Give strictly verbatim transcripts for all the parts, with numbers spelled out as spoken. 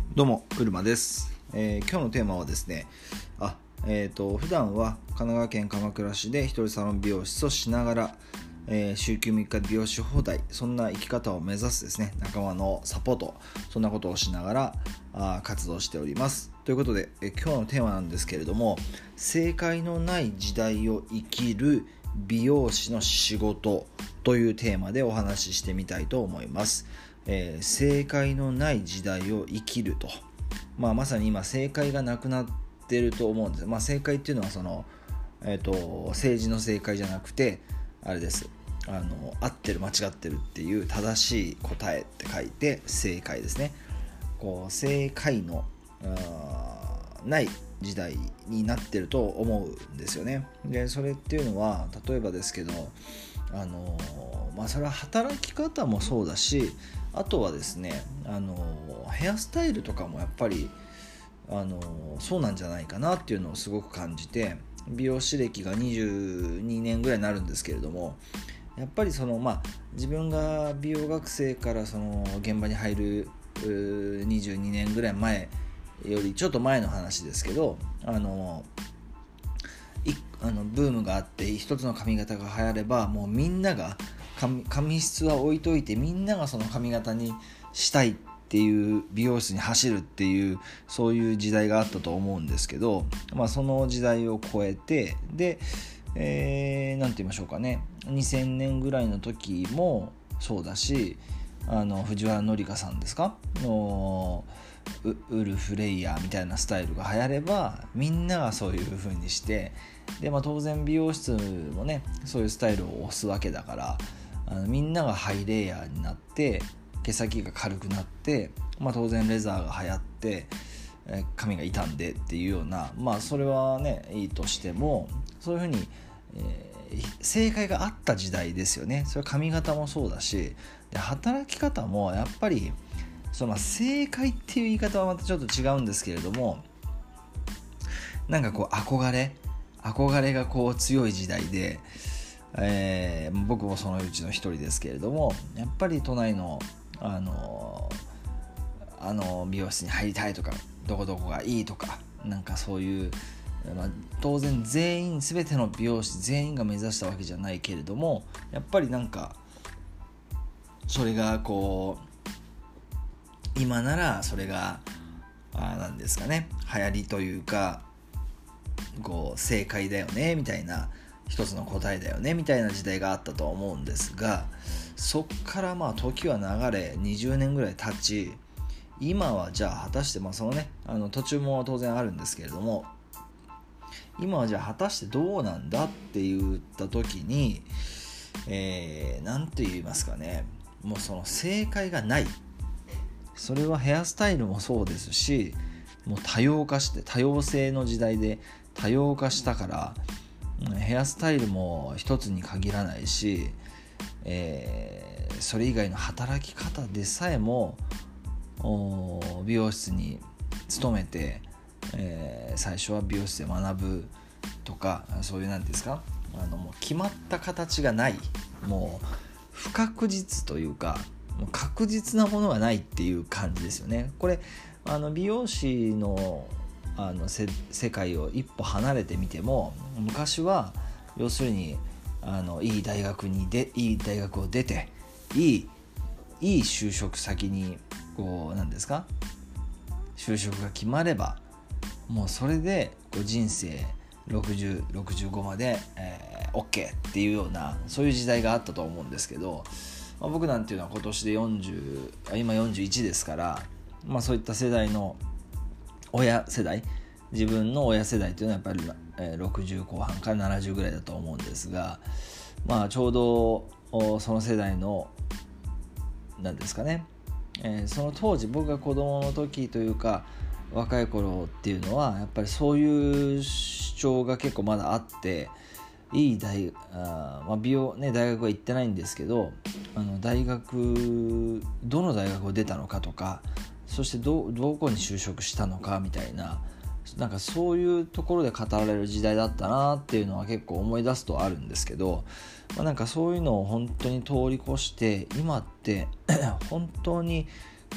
どうもうるまです、えー、今日のテーマはですねあ、えー、と普段は神奈川県鎌倉市で一人サロン美容室をしながら、えー、週休みっか美容師放題、そんな生き方を目指すですね仲間のサポート、そんなことをしながらあ活動しております。ということで、えー、今日のテーマなんですけれども、正解のない時代を生きる美容師の仕事というテーマでお話ししてみたいと思います。えー、正解のない時代を生きると、まあ、まさに今正解がなくなっていると思うんです。まあ、正解っていうのはその、えーと、政治の正解じゃなくてあれです、あの合ってる間違ってるっていう正しい答えって書いて正解ですね。こう正解のない時代になってると思うんですよね。でそれっていうのは例えばですけど、あのまあそれは働き方もそうだし、あとはですね、あのヘアスタイルとかもやっぱりあのそうなんじゃないかなっていうのをすごく感じて、美容師歴がにじゅうにねんぐらいになるんですけれども、やっぱりそのまあ自分が美容学生からその現場に入るにじゅうにねんぐらい前よりちょっと前の話ですけど、あのいあのブームがあって一つの髪型が流行ればもうみんなが 髪, 髪質は置いといてみんながその髪型にしたいっていう美容室に走るっていう、そういう時代があったと思うんですけど、まあ、その時代を超えてで、えー、なんて言いましょうかね、にせんねんぐらいの時もそうだし、あの藤原紀香さんですかのウ, ウルフレイヤーみたいなスタイルが流行ればみんながそういう風にして、で、まあ、当然美容室もねそういうスタイルを推すわけだから、あのみんながハイレイヤーになって毛先が軽くなって、まあ、当然レザーが流行ってえ髪が傷んでっていうような、まあそれはねいいとしても、そういう風に、えー、正解があった時代ですよね。それは髪型もそうだし、で働き方もやっぱりその正解っていう言い方はまたちょっと違うんですけれども、なんかこう憧れ憧れがこう強い時代で、えー、僕もそのうちの一人ですけれども、やっぱり都内のあのあの美容室に入りたいとか、どこどこがいいとか、なんかそういう、まあ、当然全員全ての美容師全員が目指したわけじゃないけれども、やっぱりなんかそれがこう今ならそれがあなんですかね、流行りというかこう正解だよねみたいな、一つの答えだよねみたいな時代があったと思うんですが、そっからまあ時は流れにじゅうねんぐらい経ち、今はじゃあ果たして、まあそのねあの途中も当然あるんですけれども、今はじゃあ果たしてどうなんだって言った時に、えー、なんて言いますかね、もうその正解がない。それはヘアスタイルもそうですし、もう多様化して、多様性の時代で多様化したから、ヘアスタイルも一つに限らないし、えー、それ以外の働き方でさえも美容室に勤めて、えー、最初は美容室で学ぶとか、そういうなんですか、あのもう決まった形がない、もう不確実というかもう確実なものがないっていう感じですよね。これあの美容師のあのせ世界を一歩離れてみても、昔は要するにあのいい大学にでいい大学を出ていいいい就職先にこうなんですか就職が決まればもうそれでこう人生ろくじゅう、ろくじゅうごまで、えー、OK っていうような、そういう時代があったと思うんですけど、まあ、僕なんていうのは今年でよんじゅう、今よんじゅういちですから、まあ、そういった世代の親世代、自分の親世代というのはやっぱり、えー、ろくじゅうこう半からななじゅうぐらいだと思うんですが、まあちょうどその世代のなんですかね、えー、その当時僕が子供の時というか若い頃っていうのはやっぱりそういう主張が結構まだあって、いい大あ、まあ、美容ね大学は行ってないんですけど、あの大学どの大学を出たのかとか、そして ど, どこに就職したのかみたいな、なんかそういうところで語られる時代だったなっていうのは結構思い出すとあるんですけど、まあ、なんかそういうのを本当に通り越して今って本当に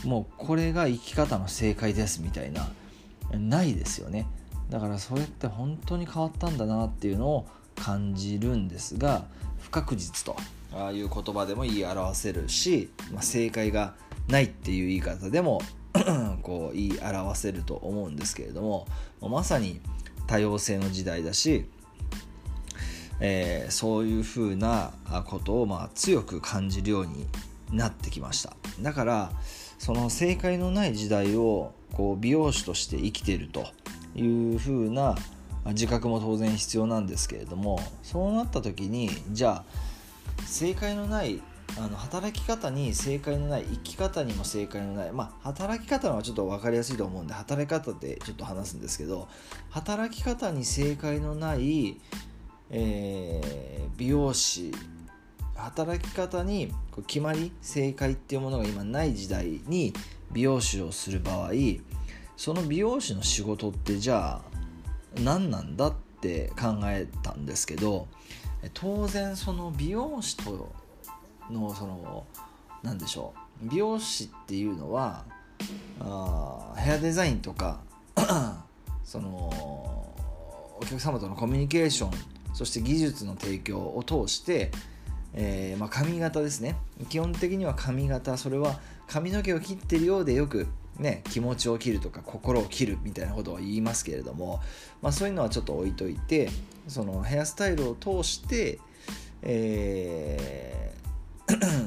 もうこれが生き方の正解ですみたいなないですよね。だからそれって本当に変わったんだなっていうのを感じるんですが、不確実とああいう言葉でも言い表せるし、まあ、正解がないっていう言い方でもこう言い表せると思うんですけれども、まさに多様性の時代だし、えー、そういうふうなことをまあ強く感じるようになってきました。だからその正解のない時代をこう美容師として生きているというふうな自覚も当然必要なんですけれども、そうなった時にじゃあ正解のないあの働き方に正解のない生き方にも正解のない、まあ働き方はちょっと分かりやすいと思うんで働き方でちょっと話すんですけど、働き方に正解のない、えー、美容師、働き方に決まり正解っていうものが今ない時代に美容師をする場合、その美容師の仕事ってじゃあ何なんだって考えたんですけど、当然その美容師とのその何でしょう、美容師っていうのはあヘアデザインとかそのお客様とのコミュニケーション、そして技術の提供を通して、えーまあ、髪型ですね。基本的には髪型、それは髪の毛を切ってるようでよくね、気持ちを切るとか心を切るみたいなことを言いますけれども、まあ、そういうのはちょっと置いといて、そのヘアスタイルを通して、えー、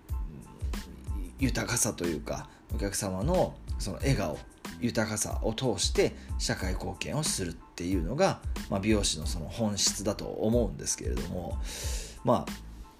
豊かさというかお客様のその笑顔、豊かさを通して社会貢献をするっていうのが、まあ、美容師のその本質だと思うんですけれども、まあ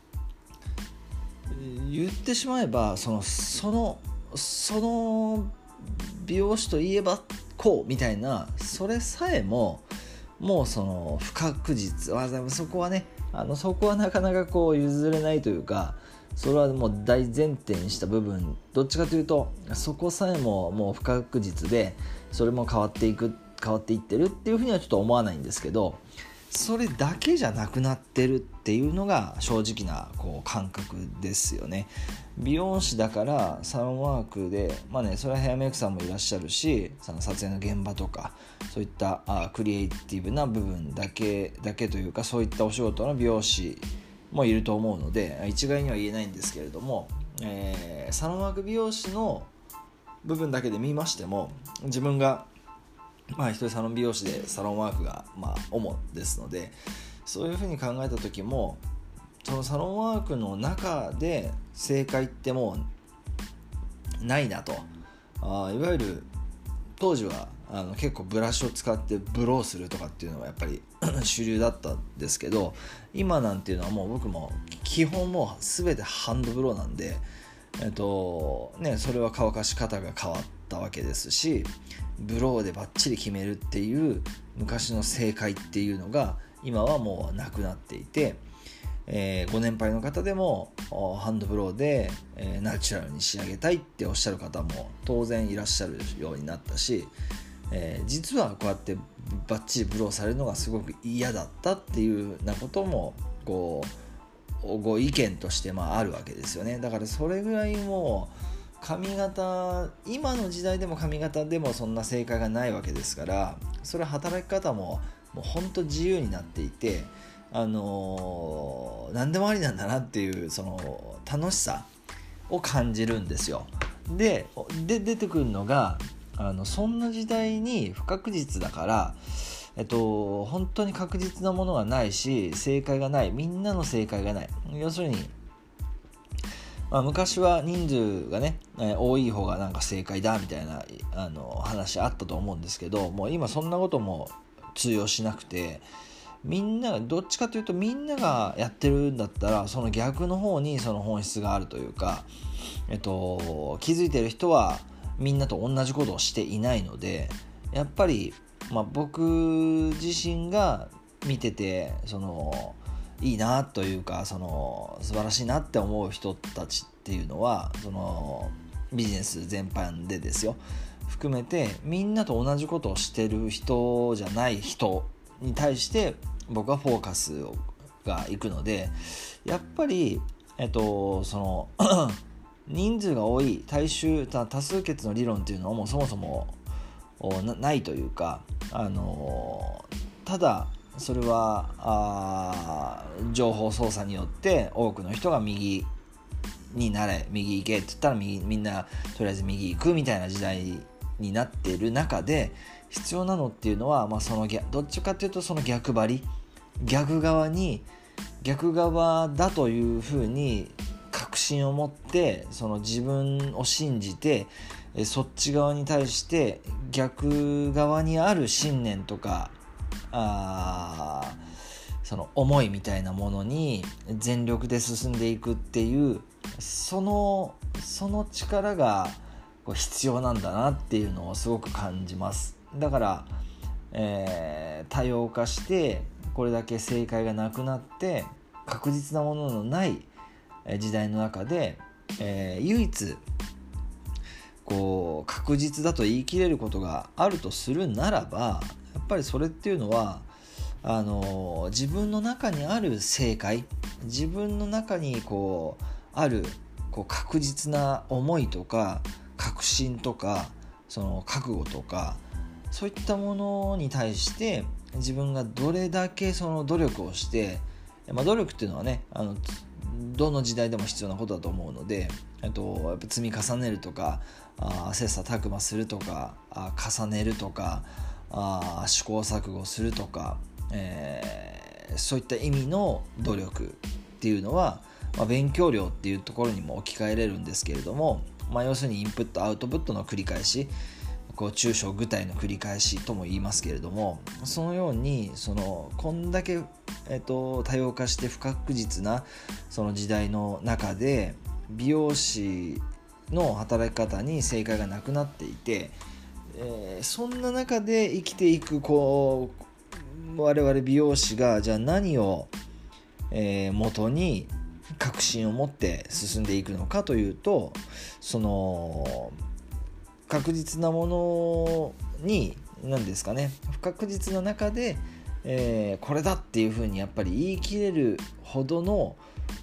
言ってしまえばそのそのその美容師といえばこうみたいな、それさえももうその不確実、あそこはねあのそこはなかなかこう譲れないというか、それはもう大前提にした部分、どっちかというとそこさえももう不確実で、それも変わっていく変わっていってるっていうふうにはちょっと思わないんですけど、それだけじゃなくなってるっていうのが正直なこう感覚ですよね。美容師だからサロンワークで、まあね、それはヘアメイクさんもいらっしゃるし、その撮影の現場とかそういったあクリエイティブな部分だけだけというか、そういったお仕事の美容師もいると思うので一概には言えないんですけれども、えー、サロンワーク美容師の部分だけで見ましても、自分がまあ一人サロン美容師でサロンワークがまあ主ですので、そういうふうに考えた時もそのサロンワークの中で正解ってもうないなと。あいわゆる当時はあの結構ブラシを使ってブローするとかっていうのはやっぱり主流だったんですけど、今なんていうのはもう僕も基本もう全てハンドブローなんで、えっとね、それは乾かし方が変わったわけですし、ブローでバッチリ決めるっていう昔の正解っていうのが今はもうなくなっていて、えー、ご年配の方でもハンドブローで、えー、ナチュラルに仕上げたいっておっしゃる方も当然いらっしゃるようになったし、えー、実はこうやってバッチリブローされるのがすごく嫌だったっていうようなこともこうご意見としてまああるわけですよね。だからそれぐらいもう髪型、今の時代でも髪型でもそんな正解がないわけですから、それは働き方ももう本当自由になっていて、あのー、何でもありなんだなっていうその楽しさを感じるんですよ。で、で出てくるのがあのそんな時代に不確実だから、えっと、本当に確実なものがないし正解がない、みんなの正解がない、要するにまあ、昔は人数がね、えー、多い方がなんか正解だみたいなあの話あったと思うんですけど、もう今そんなことも通用しなくて、みんなどっちかというとみんながやってるんだったらその逆の方にその本質があるというか、えっと、気づいてる人はみんなと同じことをしていないので、やっぱり、まあ、僕自身が見ててそのいいなというか、その素晴らしいなって思う人たちっていうのはそのビジネス全般でですよ含めて、みんなと同じことをしてる人じゃない人に対して僕はフォーカスがいくので、やっぱりえっとその人数が多い大衆多数決の理論っていうのはもうそもそも な, ないというか、あのただそれはあ情報操作によって多くの人が右になれ右行けって言ったら右みんなとりあえず右行くみたいな時代になっている中で、必要なのっていうのは、まあ、そのどっちかっていうとその逆張り逆側に逆側だというふうに確信を持って、その自分を信じてそっち側に対して逆側にある信念とかあその思いみたいなものに全力で進んでいくっていうそのその力が必要なんだなっていうのをすごく感じます。だから、えー、多様化してこれだけ正解がなくなって確実なもののない時代の中で、えー、唯一こう確実だと言い切れることがあるとするならば、やっぱりそれっていうのはあの自分の中にある正解、自分の中にこうあるこう確実な思いとか確信とかその覚悟とかそういったものに対して自分がどれだけその努力をして、まあ、努力っていうのはねあのどの時代でも必要なことだと思うので、えっと、やっぱ積み重ねるとかあ切磋琢磨するとかあ重ねるとかあ試行錯誤するとか、えー、そういった意味の努力っていうのは、まあ、勉強量っていうところにも置き換えれるんですけれども、まあ、要するにインプットアウトプットの繰り返し、こう抽象具体の繰り返しとも言いますけれども、そのようにそのこんだけ、えっと、多様化して不確実なその時代の中で美容師の働き方に正解がなくなっていて、えー、そんな中で生きていくこう我々美容師がじゃあ何を、えー、元に確信を持って進んでいくのかというと、その確実なものに何ですかね不確実な中で、えー、これだっていうふうにやっぱり言い切れるほどの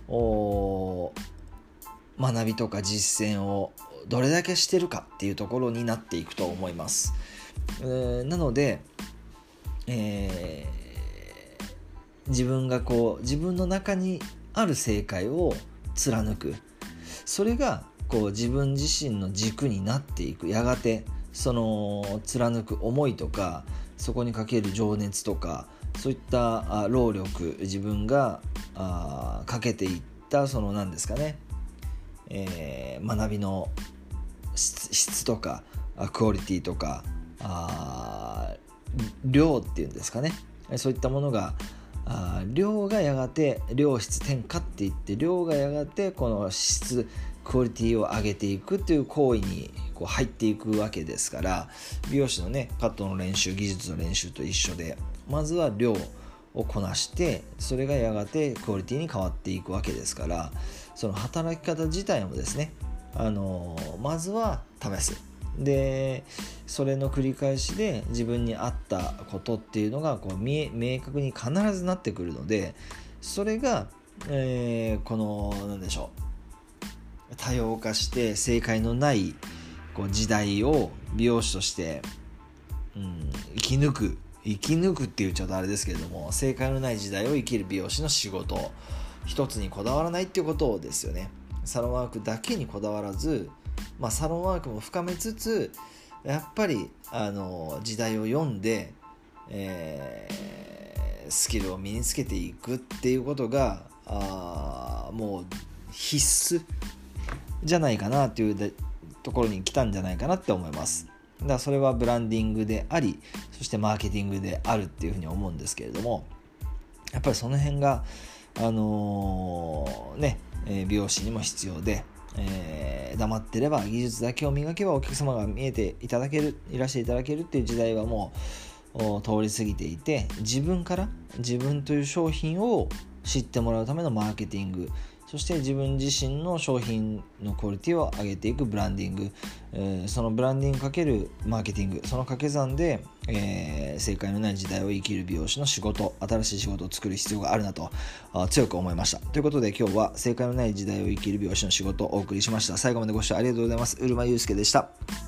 学びとか実践をどれだけしてるかっていうところになっていくと思います。えー、なので、えー、自分がこう自分の中にある正解を貫く、それがこう自分自身の軸になっていく。やがてその貫く思いとかそこにかける情熱とかそういった労力、自分がかけていったその何ですかね、えー、学びの質、質とかクオリティとかあ量っていうんですかね、そういったものがあ量がやがて量質転化っていって量がやがてこの質クオリティを上げていくという行為にこう入っていくわけですから、美容師のねカットの練習技術の練習と一緒で、まずは量をこなしてそれがやがてクオリティに変わっていくわけですから、その働き方自体もですね、あのー、まずは試す。でそれの繰り返しで自分に合ったことっていうのがこう明確に必ずなってくるので、それが、えー、この何でしょう多様化して正解のないこう時代を美容師として、うん、生き抜く生き抜くって言っちゃうとあれですけれども、正解のない時代を生きる美容師の仕事、一つにこだわらないっていうことですよね。サロンワークだけにこだわらず、まあ、サロンワークも深めつつやっぱりあの時代を読んで、えー、スキルを身につけていくっていうことがあもう必須じゃないかなというところに来たんじゃないかなって思います。だからそれはブランディングであり、そしてマーケティングであるっていうふうに思うんですけれども、やっぱりその辺があのー、ね美容師にも必要で、えー、黙ってれば技術だけを磨けばお客様が見えていただけるいらしていただけるっていう時代はもう通り過ぎていて、自分から自分という商品を知ってもらうためのマーケティング、そそして自分自身の商品のクオリティを上げていくブランディング、えー、そのブランディング×マーケティング、その掛け算で、えー、正解のない時代を生きる美容師の仕事、新しい仕事を作る必要があるなと強く思いました。ということで今日は正解のない時代を生きる美容師の仕事をお送りしました。最後までご視聴ありがとうございます。うるまゆうすけでした。